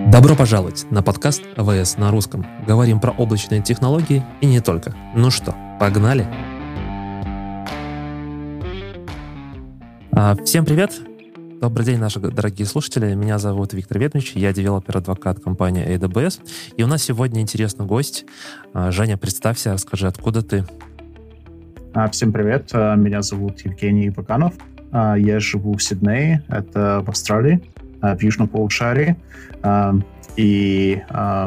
Добро пожаловать на подкаст АВС на русском. Говорим про облачные технологии и не только. Ну что, погнали? Всем привет! Добрый день, наши дорогие слушатели. Меня зовут Виктор Ведмич, я девелопер-адвокат компании AWS. И у нас сегодня интересный гость. Женя, представься, расскажи, откуда ты? Всем привет, меня зовут Евгений Баканов. Я живу в Сиднее, это в Австралии, в южном полушарии. И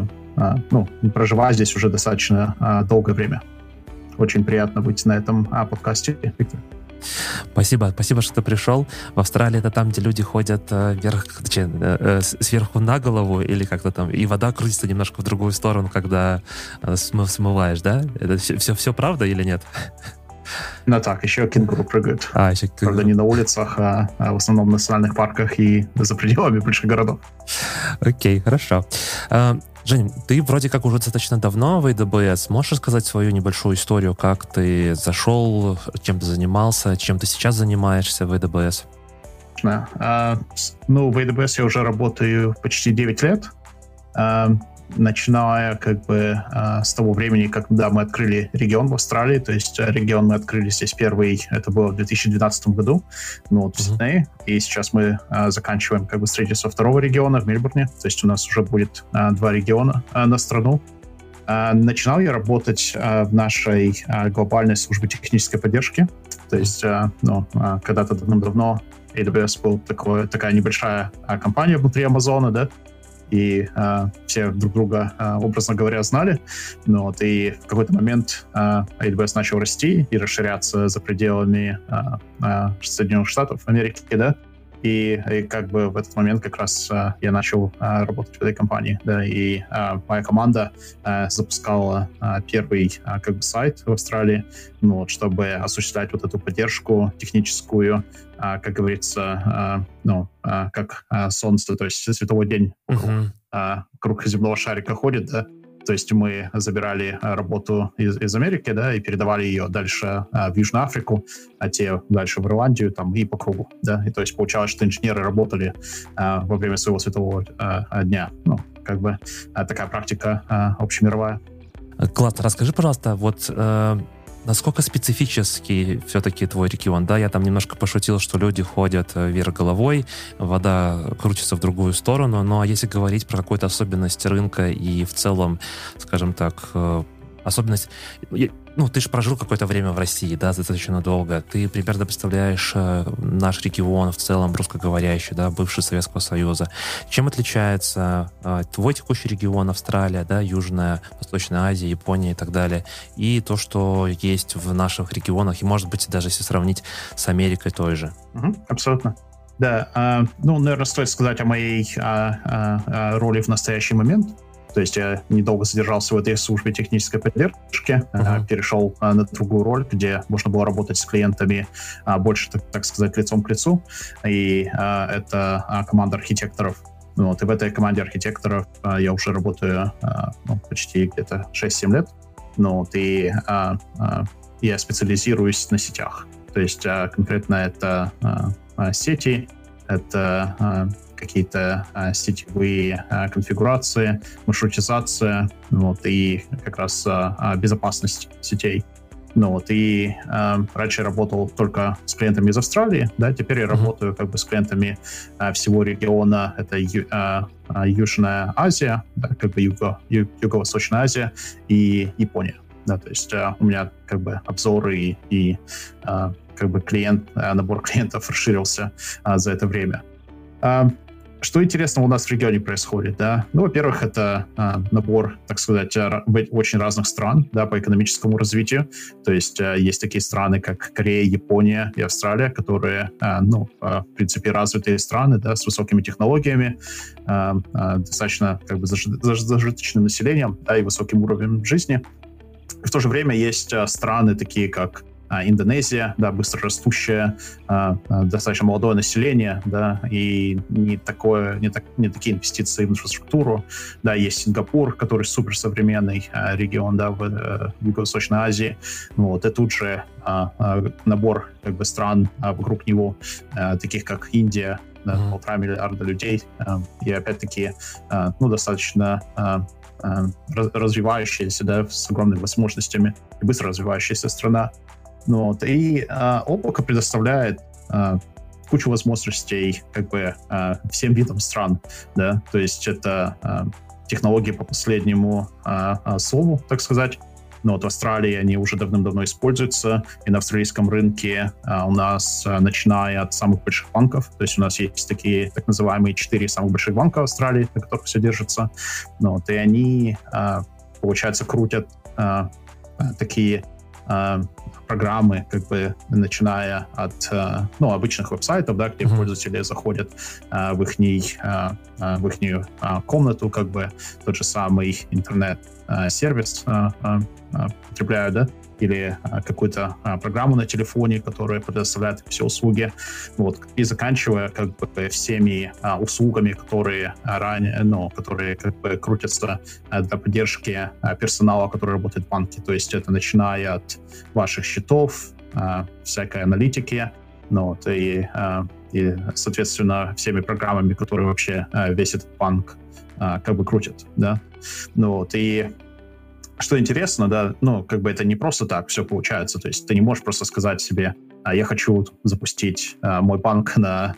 проживаю здесь уже достаточно долгое время. Очень приятно быть на этом подкасте, Виктор. Спасибо, что ты пришел. В Австралии это там, где люди ходят сверху на голову или как-то там, и вода крутится немножко в другую сторону, когда смываешь, да? Это все правда или нет? Ну так, еще кенгуру прыгают. Еще кенгуру. Правда, не на улицах, а в основном в национальных парках и за пределами больших городов. Окей, хорошо. Жень, ты вроде как уже достаточно давно в AWS. Можешь рассказать свою небольшую историю, как ты зашел, чем ты занимался, чем ты сейчас занимаешься в AWS? В AWS я уже работаю почти 9 лет. Начиная с того времени, когда мы открыли регион в Австралии, то есть регион мы открыли здесь первый, это было в 2012 году, в Сиднее, и сейчас мы заканчиваем строительство второго региона в Мельбурне, то есть у нас уже будет 2 региона на страну. Начинал я работать в нашей глобальной службе технической поддержки, то есть когда-то давно AWS был такая небольшая компания внутри Амазона, да, и все друг друга, образно говоря, знали. И в какой-то момент AWS начал расти и расширяться за пределами Соединенных Штатов Америки, да. И в этот момент как раз я начал работать в этой компании, да, и моя команда запускала первый сайт в Австралии, чтобы осуществлять вот эту поддержку техническую, как говорится, как солнце, то есть световой день вокруг земного шарика ходит, да. То есть мы забирали работу из Америки, да, и передавали ее дальше в Южную Африку, а те дальше в Ирландию, там, и по кругу, да. И то есть получалось, что инженеры работали во время своего светового дня. Такая практика общемировая. Классно. Расскажи, пожалуйста, насколько специфический все-таки твой регион? Да, я там немножко пошутил, что люди ходят вверх головой, вода крутится в другую сторону, но если говорить про какую-то особенность рынка и в целом, скажем так, особенность... ты же прожил какое-то время в России, да, достаточно долго. Ты примерно представляешь наш регион в целом, русскоговорящий, да, бывший Советского Союза. Чем отличается твой текущий регион, Австралия, да, Южная, Восточная Азия, Япония и так далее, и то, что есть в наших регионах, и, может быть, даже если сравнить с Америкой той же? Абсолютно. Да, наверное, стоит сказать о моей роли в настоящий момент. То есть я недолго задержался в этой службе технической поддержки, перешел на другую роль, где можно было работать с клиентами больше, так сказать, лицом к лицу. И это команда архитекторов. И в этой команде архитекторов я уже работаю почти где-то 6-7 лет. И я специализируюсь на сетях. То есть конкретно это сети, это какие-то сетевые конфигурации, маршрутизация, и как раз безопасность сетей. И раньше я работал только с клиентами из Австралии, да, теперь я работаю с клиентами всего региона, это Южная Азия, да, Юго-Восточная Азия и Япония. Да, то есть у меня обзоры и набор клиентов расширился за это время. Что интересного у нас в регионе происходит, да? Во-первых, это набор, так сказать, очень разных стран, да, по экономическому развитию. То есть есть такие страны, как Корея, Япония и Австралия, которые, в принципе, развитые страны, да, с высокими технологиями, достаточно зажиточным населением, да, и высоким уровнем жизни. В то же время есть страны, такие как Индонезия, да, быстро растущее, достаточно молодое население, да, и не такие инвестиции в инфраструктуру. Да, есть Сингапур, который суперсовременный регион, да, в Юго-Восточной Азии. Вот, и тут же набор как бы стран вокруг него, таких как Индия, да, 1,5 миллиарда людей, и опять-таки, достаточно развивающаяся, да, с огромными возможностями, и быстро развивающаяся страна. Вот, и облако предоставляет кучу возможностей как бы всем видам стран, да, то есть это технологии по последнему слову, так сказать. Но вот в Австралии они уже давным-давно используются, и на австралийском рынке у нас, начиная от самых больших банков, то есть у нас есть такие так называемые 4 самых больших банка в Австралии, на которых все держится, вот, и они, получается, крутят такие программы, как бы, начиная от обычных веб-сайтов, да, где пользователи заходят в ихнюю комнату, как бы тот же самый интернет-сервис потребляют, да, или какую-то программу на телефоне, которая предоставляет все услуги, вот, и заканчивая как бы всеми услугами, которые которые как бы крутятся для поддержки персонала, который работает в банке. То есть это начиная от ваших счетов, всякой аналитики, и, соответственно, всеми программами, которые вообще весь этот банк как бы крутят, да. И что интересно, да, как бы это не просто так все получается, то есть ты не можешь просто сказать себе: я хочу запустить мой банк на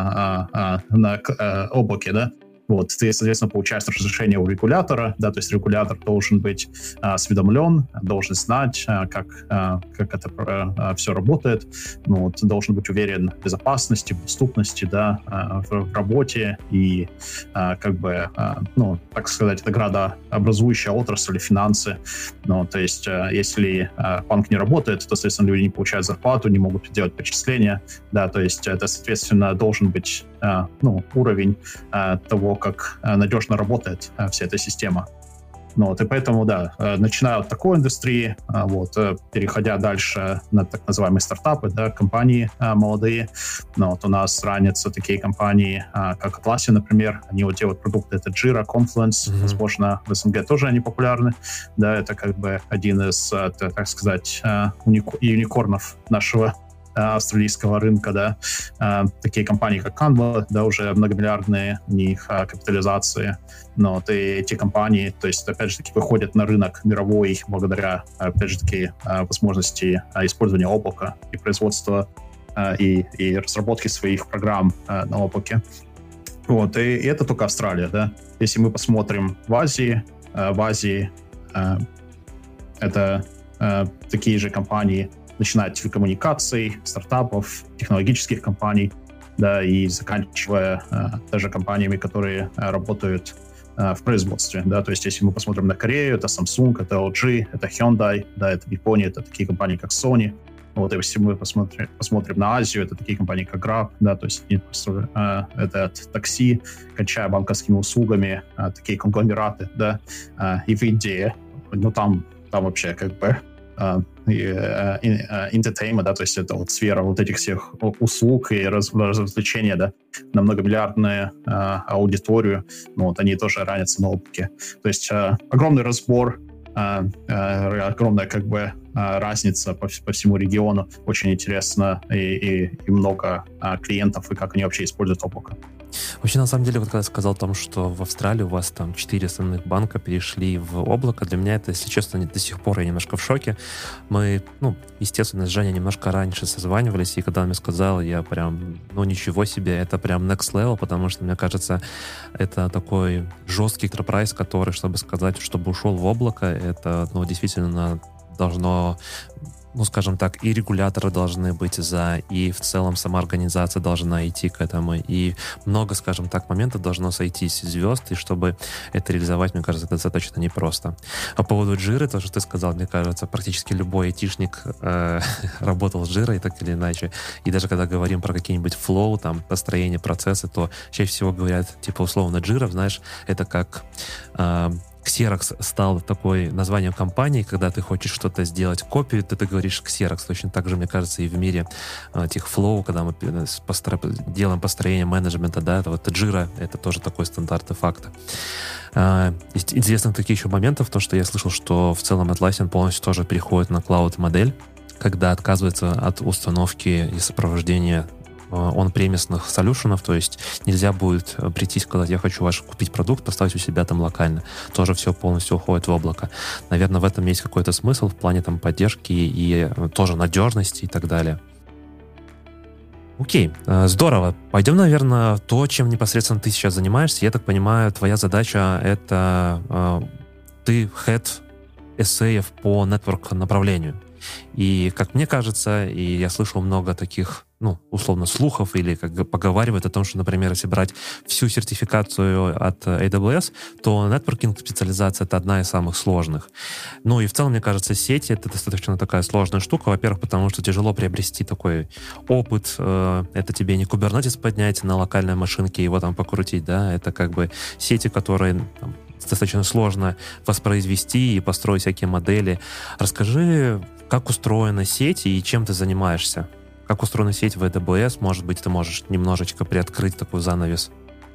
облаке, да. Вот, ты, соответственно, получаешь разрешение у регулятора, да, то есть регулятор должен быть осведомлен, должен знать, как это все работает, должен быть уверен в безопасности, в доступности, да, в работе, и как бы, так сказать, это градообразующая отрасль, финансы. То есть если банк не работает, то, соответственно, люди не получают зарплату, не могут делать почисления, да, то есть это, соответственно, должен быть уровень того, как надежно работает вся эта система. И поэтому, да, начиная от такой индустрии, переходя дальше на так называемые стартапы, да, компании молодые, у нас ранятся такие компании, как Atlassian, например, они делают продукты, это Jira, Confluence, возможно, в СНГ тоже они популярны, да, это как бы один из, так сказать, юникорнов нашего австралийского рынка, да, такие компании, как Canva, да, уже многомиллиардные у них капитализации, но эти компании, то есть, опять же таки, выходят на рынок мировой благодаря, опять же таки, возможности использования облака и производства и разработки своих программ на облаке. Вот, и это только Австралия, да. Если мы посмотрим в Азии это такие же компании, начиная от телекоммуникаций, стартапов, технологических компаний, да, и заканчивая даже компаниями, которые работают в производстве, да, то есть если мы посмотрим на Корею, это Samsung, это LG, это Hyundai, да, это в Японии, это такие компании, как Sony, вот, и если мы посмотрим на Азию, это такие компании, как Grab, да, то есть это от такси, кончая банковскими услугами, такие конгломераты, да, и в Индии, там вообще как бы entertainment, да, то есть это вот сфера вот этих всех услуг и развлечения, да, на многомиллиардную аудиторию, они тоже ранятся на облаке. То есть огромный разбор, огромная как бы разница по всему региону, очень интересно, и много клиентов, и как они вообще используют облако. Вообще, на самом деле, вот когда я сказал о том, что в Австралии у вас там 4 основных банка перешли в облако, для меня это, если честно, до сих пор я немножко в шоке. Мы, естественно, с Женей немножко раньше созванивались, и когда он мне сказал, я прям, ничего себе, это прям next level, потому что, мне кажется, это такой жесткий enterprise, который, чтобы сказать, чтобы ушел в облако, это, действительно должно... скажем так, и регуляторы должны быть за, и в целом сама организация должна идти к этому, и много, скажем так, моментов должно сойтись с звезд, и чтобы это реализовать, мне кажется, это достаточно непросто. А по поводу Jira, то, что ты сказал, мне кажется, практически любой айтишник работал с Jira, так или иначе, и даже когда говорим про какие-нибудь flow, там, построение процесса, то чаще всего говорят, условно, Jira, знаешь, это как Xerox стал такой названием компании, когда ты хочешь что-то сделать, копию, ты говоришь Xerox. Точно так же, мне кажется, и в мире этих flow, когда мы делаем построение менеджмента, да, это вот Jira, это тоже такой стандарт и факт. Интересно такие еще моментов, то, что я слышал, что в целом Atlassian полностью тоже переходит на клауд-модель, когда отказывается от установки и сопровождения он-премисных солюшенов, то есть нельзя будет прийти и сказать, я хочу купить продукт, поставить у себя там локально. Тоже все полностью уходит в облако. Наверное, в этом есть какой-то смысл в плане там поддержки и тоже надежности и так далее. Окей, здорово. Пойдем, наверное, то, чем непосредственно ты сейчас занимаешься. Я так понимаю, твоя задача — это ты head эссеев по network направлению. И, как мне кажется, и я слышал много таких, условно, слухов или как поговаривают о том, что, например, если брать всю сертификацию от AWS, то нетворкинг-специализация — это одна из самых сложных. И в целом, мне кажется, сети — это достаточно такая сложная штука. Во-первых, потому что тяжело приобрести такой опыт. Это тебе не Kubernetes поднять на локальной машинке и его там покрутить, да, это как бы сети, которые достаточно сложно воспроизвести и построить всякие модели. Расскажи, как устроена сеть и чем ты занимаешься? Как устроена сеть в AWS? Может быть, ты можешь немножечко приоткрыть такой занавес?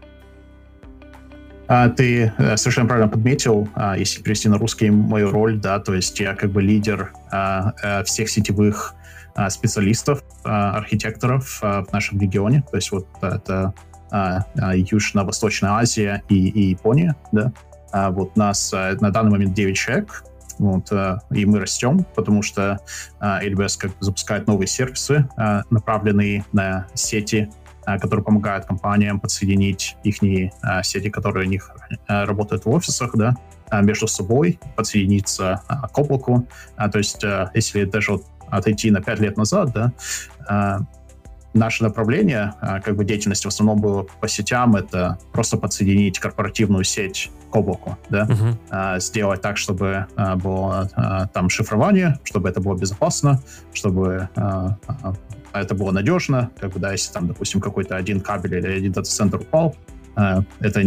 Ты совершенно правильно подметил, если перевести на русский мою роль, да, то есть я как бы лидер всех сетевых специалистов, архитекторов в нашем регионе, то есть вот это Южно-Восточная Азия и Япония, да. Вот нас на данный момент 9 человек, и мы растем, потому что AWS как бы запускает новые сервисы, направленные на сети, которые помогают компаниям подсоединить их сети, которые у них работают в офисах, да, между собой, подсоединиться к облаку. То есть если даже вот отойти на 5 лет назад, да, наше направление как бы деятельности в основном было по сетям, это просто подсоединить корпоративную сеть к облаку, да, сделать так, чтобы было там шифрование, чтобы это было безопасно, чтобы это было надежно, как бы, да, если там, допустим, какой-то один кабель или один дата-центр упал, это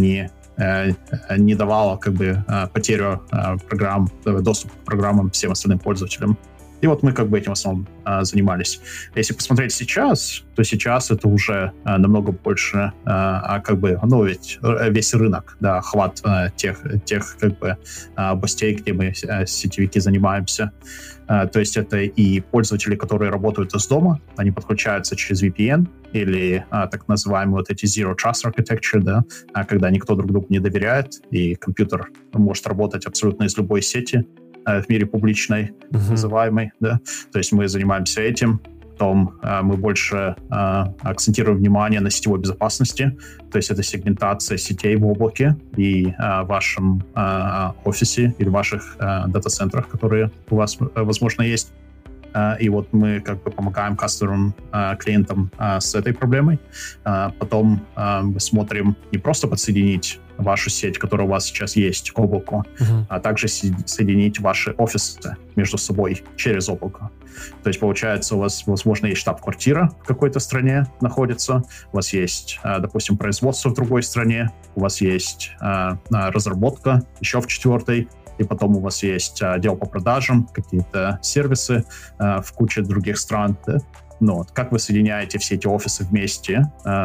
не давало как бы потерю программ, доступ к программам всем остальным пользователям. И вот мы как бы этим в основном занимались. Если посмотреть сейчас, то сейчас это уже намного больше, как бы, ведь весь рынок, да, охват тех как бы областей, где мы сетевики занимаемся. То есть это и пользователи, которые работают из дома, они подключаются через VPN или так называемые вот эти Zero Trust Architecture, да, когда никто друг другу не доверяет, и компьютер может работать абсолютно из любой сети в мире публичной, называемой, да. То есть мы занимаемся этим. Потом мы больше акцентируем внимание на сетевой безопасности, то есть это сегментация сетей в облаке и в вашем офисе или в ваших дата-центрах, которые у вас, возможно, есть. И вот мы как бы помогаем кастомерам, клиентам с этой проблемой. Потом мы смотрим не просто подсоединить вашу сеть, которая у вас сейчас есть, к облаку, а также соединить ваши офисы между собой через облако. То есть, получается, у вас, возможно, есть штаб-квартира в какой-то стране находится, у вас есть, допустим, производство в другой стране, у вас есть разработка еще в 4-й, и потом у вас есть отдел по продажам, какие-то сервисы в куче других стран. Да? Вот. Как вы соединяете все эти офисы вместе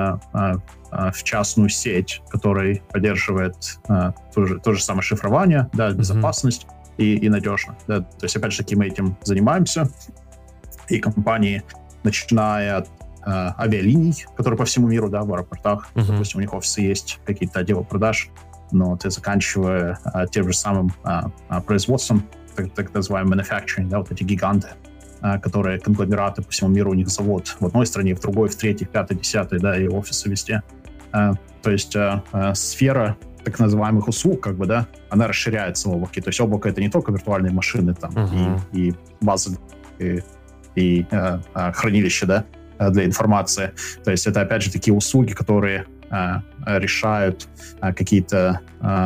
в частную сеть, которая поддерживает то же самое шифрование, да, безопасность и надежно. Да? То есть, опять же таки, мы этим занимаемся. И компании, начиная от авиалиний, которые по всему миру, да, в аэропортах, допустим, у них офисы есть, какие-то отделы продаж, но ты заканчивая тем же самым производством, так называемый manufacturing, да, вот эти гиганты, которые конгломераты по всему миру, у них завод в одной стране, в другой, в третьей, в пятой, десятой, да, и офисы везде. То есть сфера так называемых услуг, как бы, да, она расширяется в облаке. То есть облако — это не только виртуальные машины там, и базы, и хранилища, да, для информации. То есть это, опять же, такие услуги, которые решают какие-то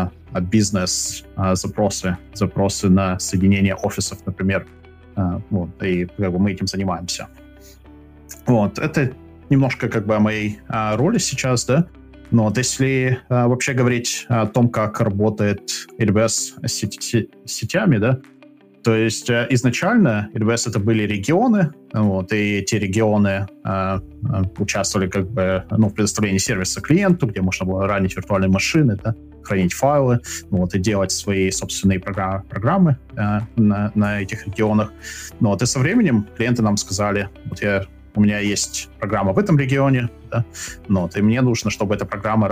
бизнес-запросы на соединение офисов, например. Вот, и как бы мы этим занимаемся. Вот, это немножко как бы о моей роли сейчас, да. Но вот если вообще говорить о том, как работает AWS с сетями, да, то есть изначально AWS это были регионы, вот, и эти регионы участвовали как бы, в предоставлении сервиса клиенту, где можно было ранить виртуальные машины, да, хранить файлы, вот, и делать свои собственные программы на этих регионах. Но вот, и со временем клиенты нам сказали, вот у меня есть программа в этом регионе, да, вот, и мне нужно, чтобы эта программа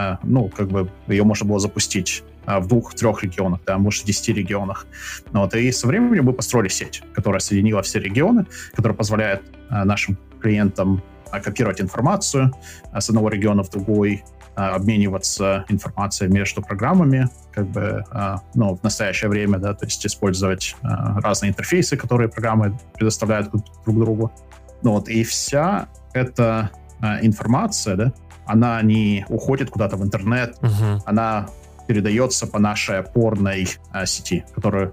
ее можно было запустить в 2-3 регионах, да, может, в 10 регионах. Вот, и со временем мы построили сеть, которая соединила все регионы, которая позволяет нашим клиентам копировать информацию с одного региона в другой, обмениваться информацией между программами, как бы, в настоящее время, да, то есть использовать разные интерфейсы, которые программы предоставляют друг другу. Вот, и вся эта информация, да, она не уходит куда-то в интернет, она передается по нашей опорной сети, которую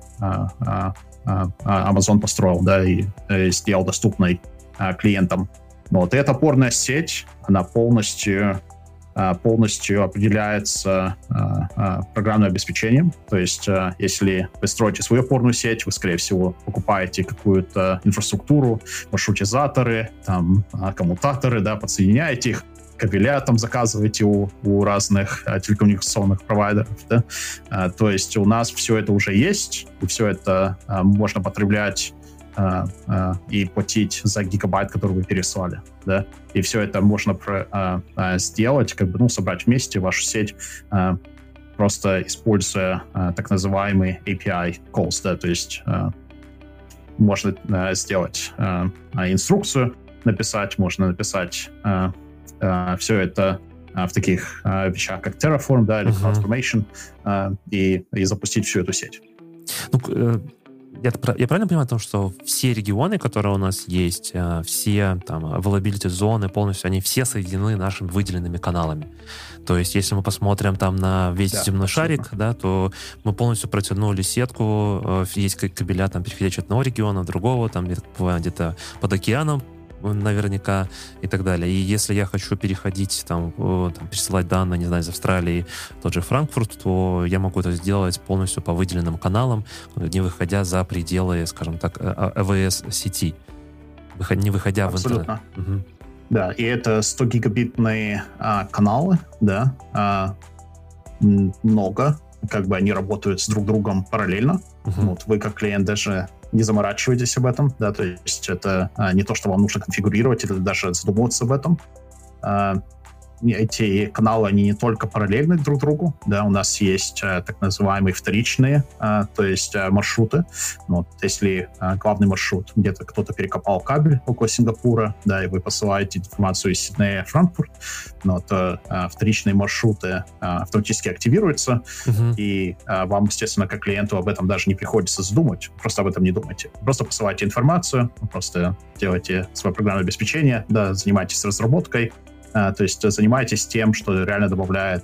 Amazon построил, да, и сделал доступной клиентам. Вот, и эта опорная сеть, она полностью определяется программным обеспечением. То есть, если вы строите свою опорную сеть, вы, скорее всего, покупаете какую-то инфраструктуру, маршрутизаторы, там, коммутаторы, да, подсоединяете их, кабеля там заказываете у разных телекоммуникационных провайдеров. Да? То есть у нас все это уже есть, и все это можно потреблять и платить за гигабайт, который вы переслали. Да? И все это можно сделать, как бы, собрать вместе вашу сеть, просто используя так называемый API calls. Да? То есть можно сделать инструкцию, можно написать все это в таких вещах, как Terraform, да, или CloudFormation, и запустить всю эту сеть. Я правильно понимаю, что все регионы, которые у нас есть, все там availability зоны полностью, они все соединены нашими выделенными каналами. То есть, если мы посмотрим там на весь земной шарик, да, то мы полностью протянули сетку, есть кабеля, там, переходящие от одного региона в другого, там где-то под океаном, наверняка, и так далее. И если я хочу переходить, пересылать данные, не знаю, из Австралии, тот же Франкфурт, то я могу это сделать полностью по выделенным каналам, не выходя за пределы, скажем так, АВС-сети, не выходя Абсолютно. в интернет. Да, и это 100-гигабитные каналы, да, много, как бы они работают с друг другом параллельно. Вот вы как клиент даже не заморачивайтесь об этом, да, то есть это не то, что вам нужно конфигурировать или даже задумываться об этом. Эти каналы, они не только параллельны друг другу, да, у нас есть так называемые вторичные, то есть маршруты. Вот, если главный маршрут, где-то кто-то перекопал кабель около Сингапура, да, и вы посылаете информацию из Сиднея в Франкфурт, то вторичные маршруты автоматически активируются, и вам, естественно, как клиенту об этом даже не приходится задумать, просто об этом не думайте. Просто посылайте информацию, просто делайте свое программное обеспечение, да, занимайтесь разработкой, то есть занимайтесь тем, что реально добавляет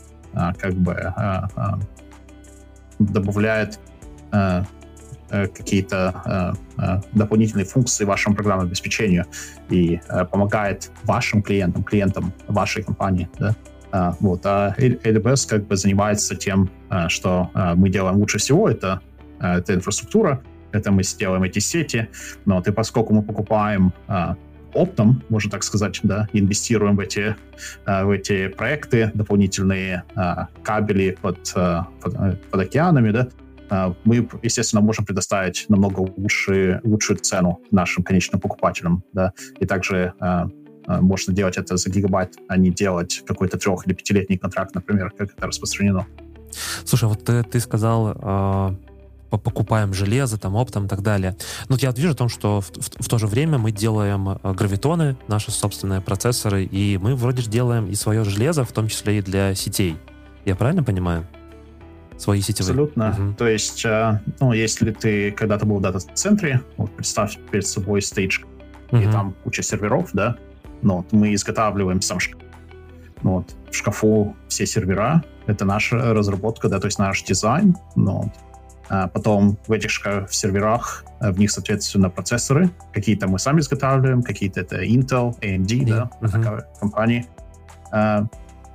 какие-то дополнительные функции вашему программному обеспечению и помогает вашим клиентам вашей компании. Да? А AWS как бы занимается тем, что мы делаем лучше всего, это инфраструктура, это мы сделаем эти сети, и поскольку мы покупаем оптом, можно так сказать, да, инвестируем в эти проекты, дополнительные кабели под океанами, да, мы, естественно, можем предоставить намного лучшую цену нашим конечным покупателям, да, и также можно делать это за гигабайт, а не делать какой-то 3- или 5-летний контракт, например, как это распространено. Слушай, вот ты сказал, покупаем железо, там, оптом и так далее. Но я вижу о том, что в то же время мы делаем гравитоны, наши собственные процессоры, и мы вроде же делаем и свое железо, в том числе и для сетей. Я правильно понимаю? Свои сетевые. Абсолютно. То есть, если ты когда-то был в дата-центре, представь перед собой стейдж, и там куча серверов, да, мы изготавливаем сам шкаф. В шкафу все сервера, это наша разработка, да, то есть наш дизайн, потом в этих серверах, в них, соответственно, процессоры. Какие-то мы сами изготавливаем, какие-то это Intel, AMD, да, такая компания.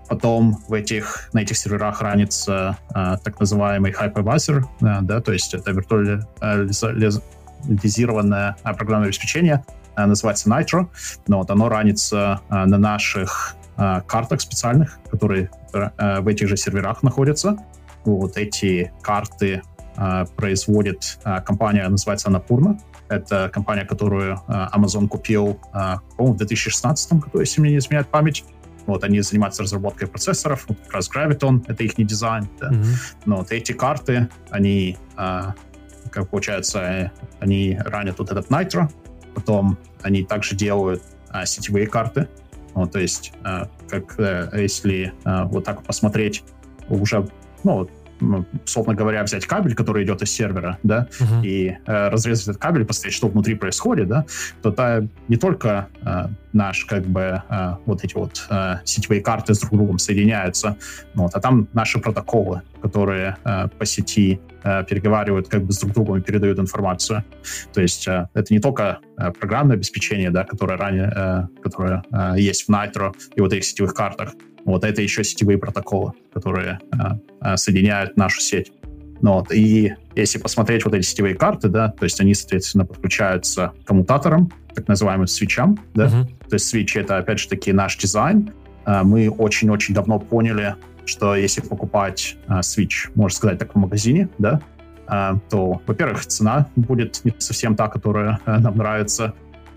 Потом на этих серверах ранится так называемый hypervisor, да, то есть это виртуализированное программное обеспечение, называется Nitro, но вот оно ранится на наших картах специальных, которые в этих же серверах находятся. Вот эти карты производит компания, называется Annapurna. Это компания, которую Amazon купил, по-моему, в 2016 году, если мне не изменяет память. Вот, они занимаются разработкой процессоров, вот как раз Graviton, это их дизайн. Да. Но вот эти карты, они, как получается, они ранят вот этот Nitro, потом они также делают сетевые карты. Вот, то есть, если вот так посмотреть, уже, условно говоря, взять кабель, который идет из сервера, да, и разрезать этот кабель, посмотреть, что внутри происходит, да, то это не только вот эти вот сетевые карты с друг другом соединяются, а там наши протоколы, которые по сети переговаривают с друг другом и передают информацию. То есть это не только программное обеспечение, да, которое есть в Nitro и вот этих сетевых картах, вот это еще сетевые протоколы, которые соединяют нашу сеть. И если посмотреть вот эти сетевые карты, да, то есть они, соответственно, подключаются к коммутаторам, так называемым свитчам, да. То есть свитч — это, опять же таки, наш дизайн. Мы очень-очень давно поняли, что если покупать свитч, можно сказать, так в магазине, да, то, во-первых, цена будет не совсем та, которая нам нравится.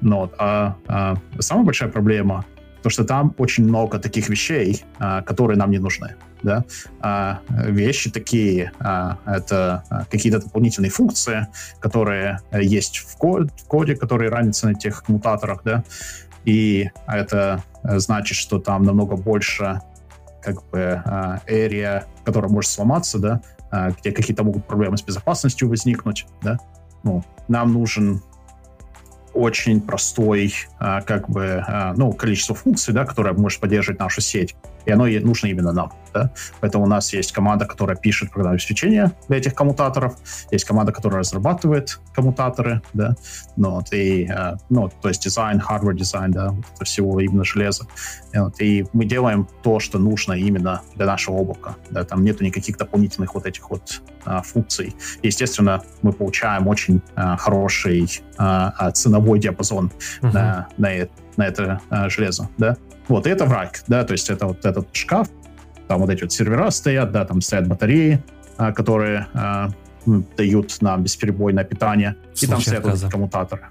Самая большая проблема — то, что там очень много таких вещей, которые нам не нужны. Да? Вещи такие, это какие-то дополнительные функции, которые есть в коде, которые ранятся на тех коммутаторах, да? И это значит, что там намного больше area, которая может сломаться, да? Где какие-то могут проблемы с безопасностью возникнуть. Да? Нам нужен очень простой количество функций, да, которое может поддерживать нашу сеть. И оно нужно именно нам. Да? Поэтому у нас есть команда, которая пишет программное обеспечение для этих коммутаторов, есть команда, которая разрабатывает коммутаторы, да? То есть дизайн, hardware дизайн, да, это всего именно железа. И мы делаем то, что нужно именно для нашего облака. Да? Там нету никаких дополнительных вот этих вот функций. Естественно, мы получаем очень хороший ценовой диапазон на это железо, да. Вот, и это в рак, да, то есть это вот этот шкаф, там вот эти вот сервера стоят, да, там стоят батареи, которые дают нам бесперебойное питание, и там стоят вот эти коммутаторы.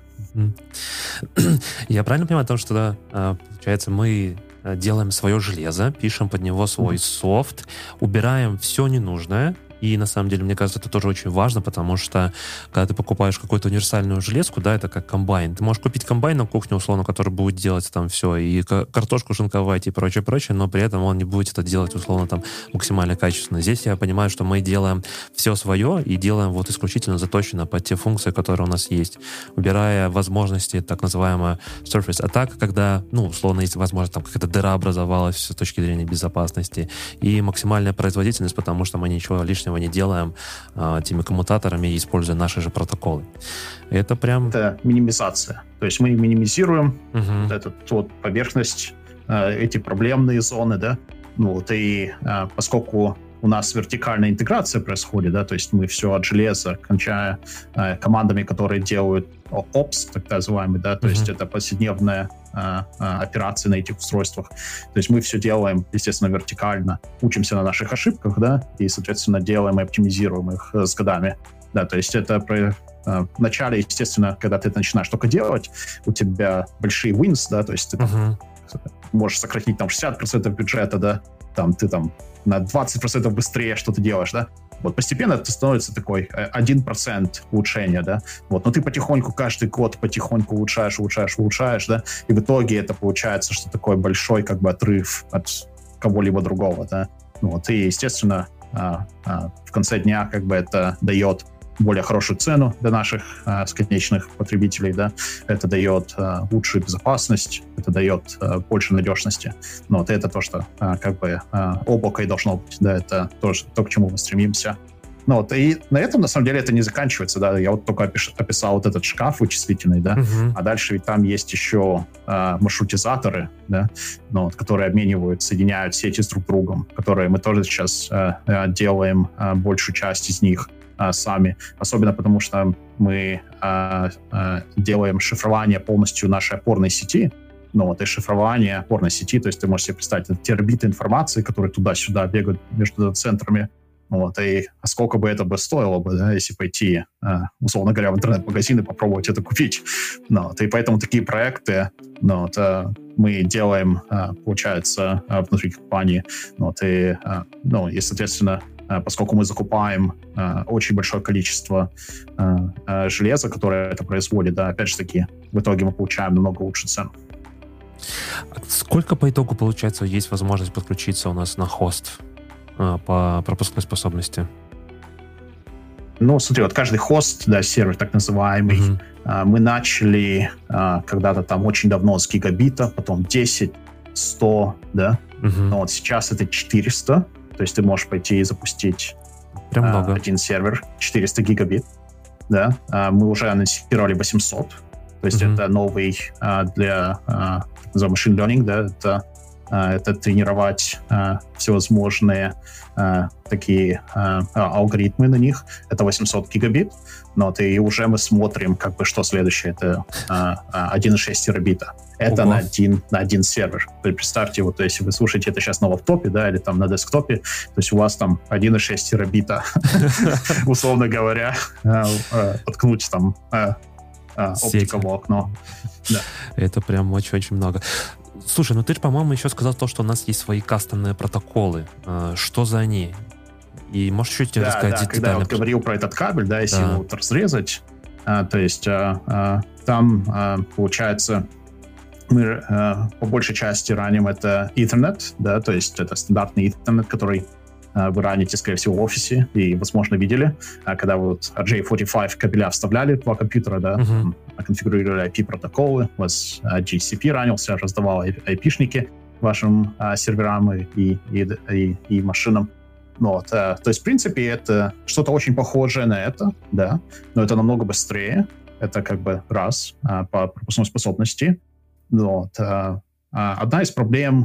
Я правильно понимаю, что, да, получается, мы делаем свое железо, пишем под него свой софт, убираем все ненужное. И на самом деле, мне кажется, это тоже очень важно, потому что когда ты покупаешь какую-то универсальную железку, да, это как комбайн. Ты можешь купить комбайн на кухню, условно, который будет делать там все, и картошку шинковать и прочее, но при этом он не будет это делать, условно, там максимально качественно. Здесь я понимаю, что мы делаем все свое и делаем вот исключительно заточено под те функции, которые у нас есть, убирая возможности так называемого surface attack, когда, условно, есть возможность, там какая-то дыра образовалась с точки зрения безопасности, и максимальная производительность, потому что мы ничего лишнего не делаем теми коммутаторами, используя наши же протоколы. Это прям... Это минимизация. То есть мы минимизируем поверхность, эти проблемные зоны, да. И поскольку у нас вертикальная интеграция происходит, да, то есть мы все от железа, кончая командами, которые делают Ops, так называемый, да, то есть это повседневная операции на этих устройствах. То есть мы все делаем, естественно, вертикально, учимся на наших ошибках, да, и, соответственно, делаем и оптимизируем их с годами. Да, то есть это в начале, естественно, когда ты это начинаешь только делать, у тебя большие wins, да, то есть ты можешь сократить там 60% бюджета, да, ты на 20% быстрее что-то делаешь, да. Вот постепенно это становится такой 1% улучшения, да. Вот, но ты потихоньку, каждый год потихоньку улучшаешь, да, и в итоге это получается, что такой большой отрыв от кого-либо другого, да. Вот, и, естественно, в конце дня это дает более хорошую цену для наших конечных потребителей, да, это дает лучшую безопасность, это дает больше надежности. Это то, что облако и должно быть, да, это тоже то, к чему мы стремимся. Ну, вот, и на этом, на самом деле, это не заканчивается, да, я вот только описал вот этот шкаф вычислительный, да, а дальше ведь там есть еще маршрутизаторы, да, ну, вот, которые обменивают, соединяют сети с друг другом, которые мы тоже сейчас делаем большую часть из них сами, особенно потому что мы делаем шифрование полностью нашей опорной сети, ну, вот, и шифрование опорной сети, то есть ты можешь себе представить, это терабиты информации, которые туда-сюда бегают между центрами, вот, и сколько бы это бы стоило бы, да, если пойти, условно говоря, в интернет-магазин и попробовать это купить. Ну, вот, и поэтому такие проекты, ну, вот, мы делаем, получается, внутри компании, ну, вот, и, ну, и, соответственно, поскольку мы закупаем очень большое количество железа, которое это производит, да, опять же таки, в итоге мы получаем намного лучше цену. Сколько по итогу, получается, есть возможность подключиться у нас на хост по пропускной способности? Ну, смотри, вот каждый хост, да, сервер так называемый, мы начали когда-то там очень давно с гигабита, потом 10, 100, да, но вот сейчас это 400, то есть ты можешь пойти и запустить один сервер, 400 гигабит, да, мы уже анонсировали 800, то есть это новый для machine learning, да, это тренировать всевозможные такие алгоритмы на них. Это 800 гигабит. Но и уже мы смотрим, как бы, что следующее. Это 1,6 терабита. Это на один сервер. То есть представьте, вот если вы слушаете это сейчас на лаптопе, да, или там на десктопе, то есть у вас там 1,6 терабита, условно говоря, откнуть там оптиковое окно. Это прям очень-очень много. Слушай, ну ты же, по-моему, еще сказал то, что у нас есть свои кастомные протоколы. Что за они? И можешь чуть рассказать детально? Когда я вот говорил про этот кабель, да, если его вот разрезать, то есть там, получается, мы по большей части раним это Ethernet, да, то есть это стандартный Ethernet, который вы раните, скорее всего, в офисе и, возможно, видели, когда вы вот RJ45 кабеля вставляли в два компьютера, да, конфигурировали IP-протоколы, у вас GCP ранился, раздавал IP-шники вашим серверам и машинам. Вот, то есть, в принципе, это что-то очень похожее на это, да, но это намного быстрее, это как бы раз по пропускной способности. Вот, одна из проблем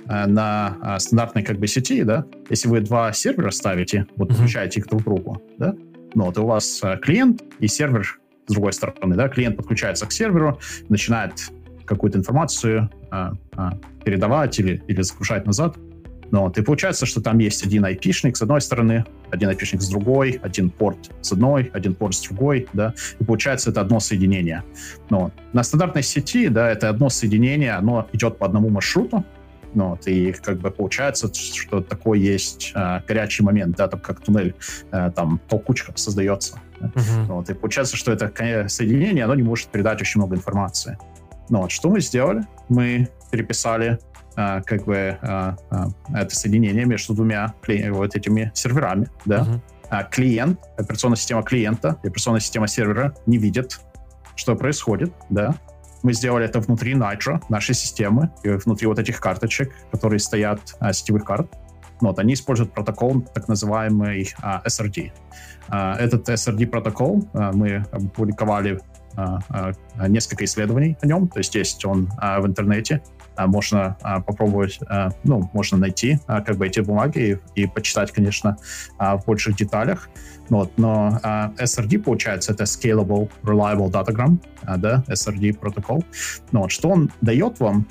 на стандартной как бы сети, да, если вы два сервера ставите, вот подключаете их друг к другу, да, ну вот у вас клиент и сервер с другой стороны, да, клиент подключается к серверу, начинает какую-то информацию передавать или загружать назад, ну вот, и получается, что там есть один IP-шник с одной стороны, один IP-шник с другой, один порт с одной, один порт с другой, да, и получается это одно соединение. Ну, на стандартной сети, да, это одно соединение, оно идет по одному маршруту, ну, вот, и как бы получается, что такой есть горячий момент, да, там как туннель, там толкучка создается. Вот, и получается, что это соединение, оно не может передать очень много информации. Ну, вот, что мы сделали? Мы переписали как бы это соединение между двумя вот этими серверами, да. Клиент, операционная система клиента и операционная система сервера не видят, что происходит, да. Мы сделали это внутри Nitro, нашей системы, и внутри вот этих карточек, которые стоят, сетевых карт. Вот, они используют протокол, так называемый SRD. Этот SRD-протокол мы опубликовали несколько исследований о нем, то есть есть он в интернете, можно попробовать, ну, можно найти как бы эти бумаги и почитать, конечно, в больших деталях. Вот, но SRD, получается, это Scalable Reliable Datagram, да, SRD протокол. Но вот, что он дает вам?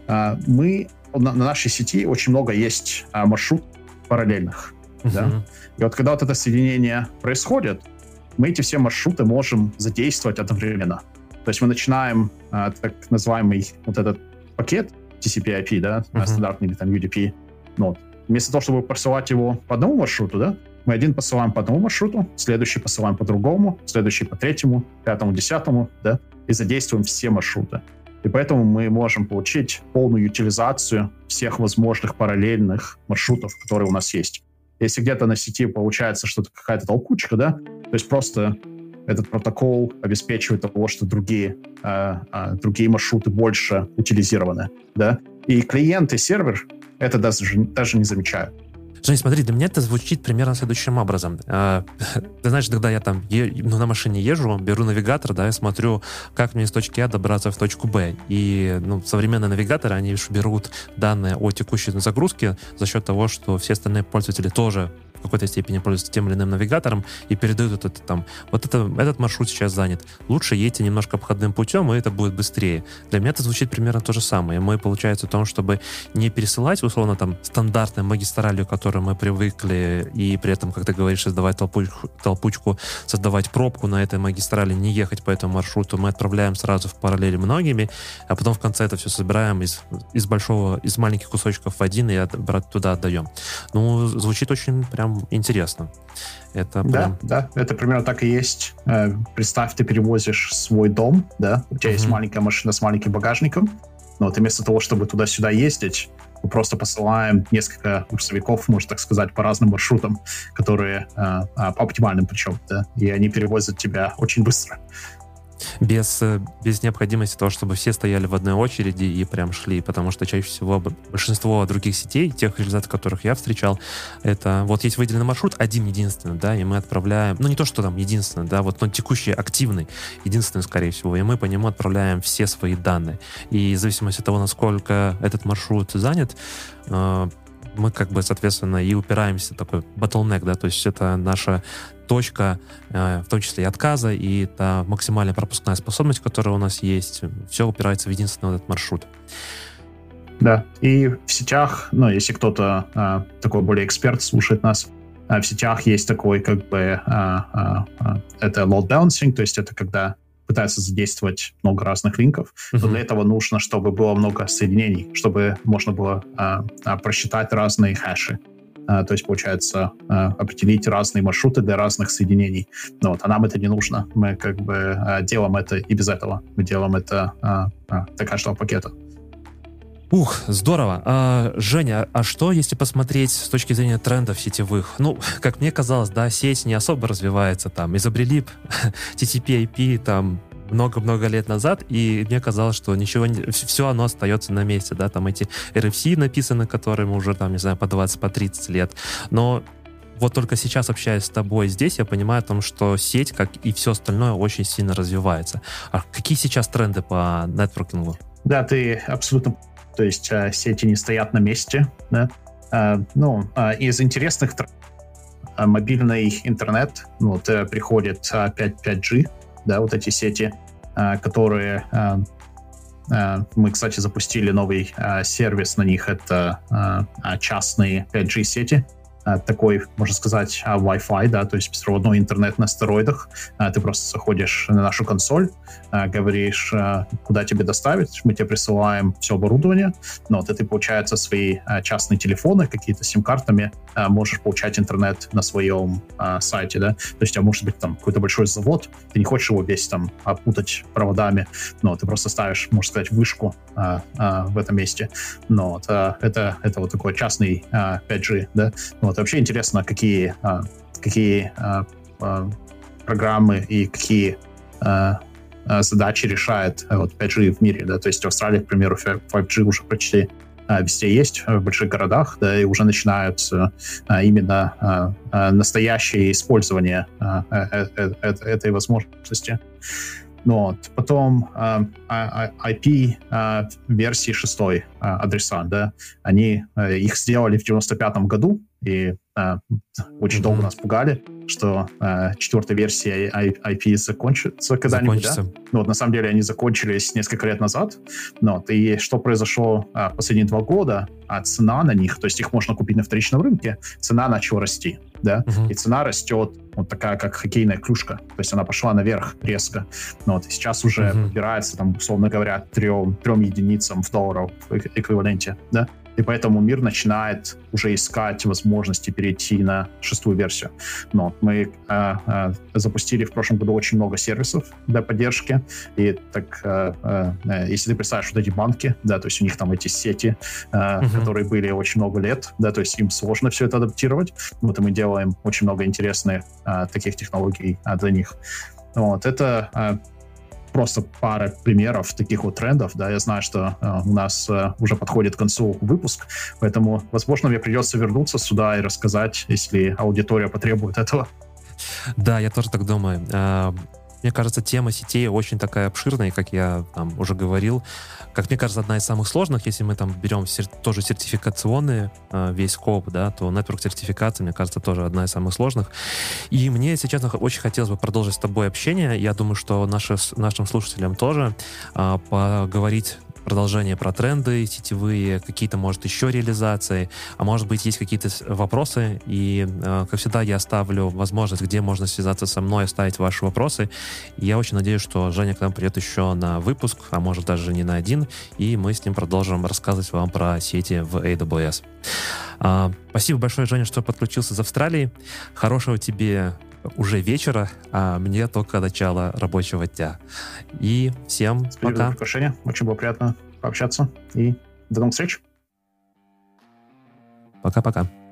Мы на нашей сети очень много есть маршрутов параллельных. Да? И вот когда вот это соединение происходит, мы эти все маршруты можем задействовать одновременно. То есть мы начинаем так называемый вот этот пакет TCP/IP, да, стандартный или там UDP. Ну, вместо того, чтобы посылать его по одному маршруту, да, мы один посылаем по одному маршруту, следующий посылаем по другому, следующий по третьему, пятому, десятому, да, и задействуем все маршруты. И поэтому мы можем получить полную утилизацию всех возможных параллельных маршрутов, которые у нас есть. Если где-то на сети получается что-то, какая-то толкучка, да, то есть просто этот протокол обеспечивает того, что другие маршруты больше утилизированы, да, и клиент и сервер это даже не замечают. Жень, смотри, для меня это звучит примерно следующим образом. Ты знаешь, когда я там на машине езжу, беру навигатор, да, и смотрю, как мне с точки А добраться в точку Б. И современные навигаторы, они берут данные о текущей загрузке за счет того, что все остальные пользователи тоже в какой-то степени пользуются тем или иным навигатором и передают это там. Этот маршрут сейчас занят. Лучше едьте немножко обходным путем, и это будет быстрее. Для меня это звучит примерно то же самое. Мы, получается, о том, чтобы не пересылать, условно, там, стандартной магистралью, к которой мы привыкли, и при этом, как ты говоришь, создавать толпучку, создавать пробку на этой магистрали, не ехать по этому маршруту. Мы отправляем сразу в параллели многими, а потом в конце это все собираем из маленьких кусочков в один и туда отдаем. Звучит очень прям интересно. Это прям... Да, это примерно так и есть. Представь, ты перевозишь свой дом, да, у тебя есть маленькая машина с маленьким багажником, но вот вместо того, чтобы туда-сюда ездить, мы просто посылаем несколько грузовиков, можно так сказать, по разным маршрутам, которые по оптимальным причем, да, и они перевозят тебя очень быстро. Без необходимости того, чтобы все стояли в одной очереди и прям шли, потому что чаще всего большинство других сетей, тех реализаций, которых я встречал, это вот есть выделенный маршрут, один-единственный, да, и мы отправляем, не то, что там единственный, да, но текущий, активный, единственный, скорее всего, и мы по нему отправляем все свои данные. И в зависимости от того, насколько этот маршрут занят, мы соответственно, и упираемся в такой bottleneck, да, то есть это наша точка, в том числе и отказа, и та максимальная пропускная способность, которая у нас есть, все упирается в единственный этот маршрут. Да, и в сетях, если кто-то такой более эксперт слушает нас, в сетях есть такой это load balancing, то есть это когда пытаются задействовать много разных линков, но для этого нужно, чтобы было много соединений, чтобы можно было просчитать разные хэши. То есть, получается, определить разные маршруты для разных соединений. А нам это не нужно. Мы делаем это и без этого. Мы делаем это для каждого пакета. Здорово. Женя, а что, если посмотреть с точки зрения трендов сетевых? Как мне казалось, да, сеть не особо развивается. Там изобрели TCP/IP там много-много лет назад, и мне казалось, что все оно остается на месте, да, там эти RFC написаны, которым уже там, не знаю, по 20, по 30 лет. Но вот только сейчас, общаясь с тобой здесь, я понимаю о том, что сеть, как и все остальное, очень сильно развивается. А какие сейчас тренды по нетворкингу? Да, ты абсолютно... То есть сети не стоят на месте, да. Из интересных мобильный интернет, приходит 5G, да, вот эти сети, которые... Мы, кстати, запустили новый сервис на них, это частные 5G-сети. Такой, можно сказать, Wi-Fi, да, то есть беспроводной интернет на стероидах. Ты просто заходишь на нашу консоль, говоришь, куда тебе доставить, мы тебе присылаем все оборудование, ты, получается, свои частные телефоны, какие-то сим-картами, можешь получать интернет на своем сайте, да, то есть у тебя может быть там какой-то большой завод, ты не хочешь его весь там опутать проводами, ты просто ставишь, можно сказать, вышку в этом месте, это вот такой частный 5G, да. Вообще интересно, какие программы и какие задачи решает 5G в мире, да, то есть в Австралии, к примеру, 5G уже почти везде есть, в больших городах, да, и уже начинаются именно настоящее использование этой возможности. Потом IP версии 6 адреса, да, они их сделали в 95-м году, и очень долго нас пугали, что 4-я версия IP закончится когда-нибудь. Да? На самом деле они закончились несколько лет назад. И что произошло последние 2 года, цена на них, то есть их можно купить на вторичном рынке, цена начала расти. Да? И цена растет вот такая, как хоккейная клюшка. То есть она пошла наверх резко. И сейчас уже подбирается, там, условно говоря, 3 единицам в долларов в эквиваленте. Да? И поэтому мир начинает уже искать возможности перейти на 6-ю версию. Мы запустили в прошлом году очень много сервисов для поддержки. И так, если ты представишь вот эти банки, да, то есть у них там эти сети, которые были очень много лет, да, то есть им сложно все это адаптировать. И мы делаем очень много интересных таких технологий для них. Это просто пара примеров таких вот трендов, да, я знаю, что у нас уже подходит к концу выпуск, поэтому, возможно, мне придется вернуться сюда и рассказать, если аудитория потребует этого. Да, я тоже так думаю. Мне кажется, тема сетей очень такая обширная, как я там уже говорил. Как мне кажется, одна из самых сложных, если мы там берем тоже сертификационные, весь скоп, да, то network-сертификация, мне кажется, тоже одна из самых сложных. И мне, если честно, очень хотелось бы продолжить с тобой общение. Я думаю, что нашим слушателям тоже поговорить продолжение про тренды сетевые, какие-то, может, еще реализации, а может быть, есть какие-то вопросы, и, как всегда, я оставлю возможность, где можно связаться со мной, оставить ваши вопросы. И я очень надеюсь, что Женя к нам придет еще на выпуск, а может, даже не на один, и мы с ним продолжим рассказывать вам про сети в AWS. Спасибо большое, Женя, что подключился из Австралии. Хорошего тебе уже вечера, а мне только начало рабочего дня. И всем Спасибо пока. за приглашение. Очень было приятно пообщаться. И до новых встреч. Пока-пока.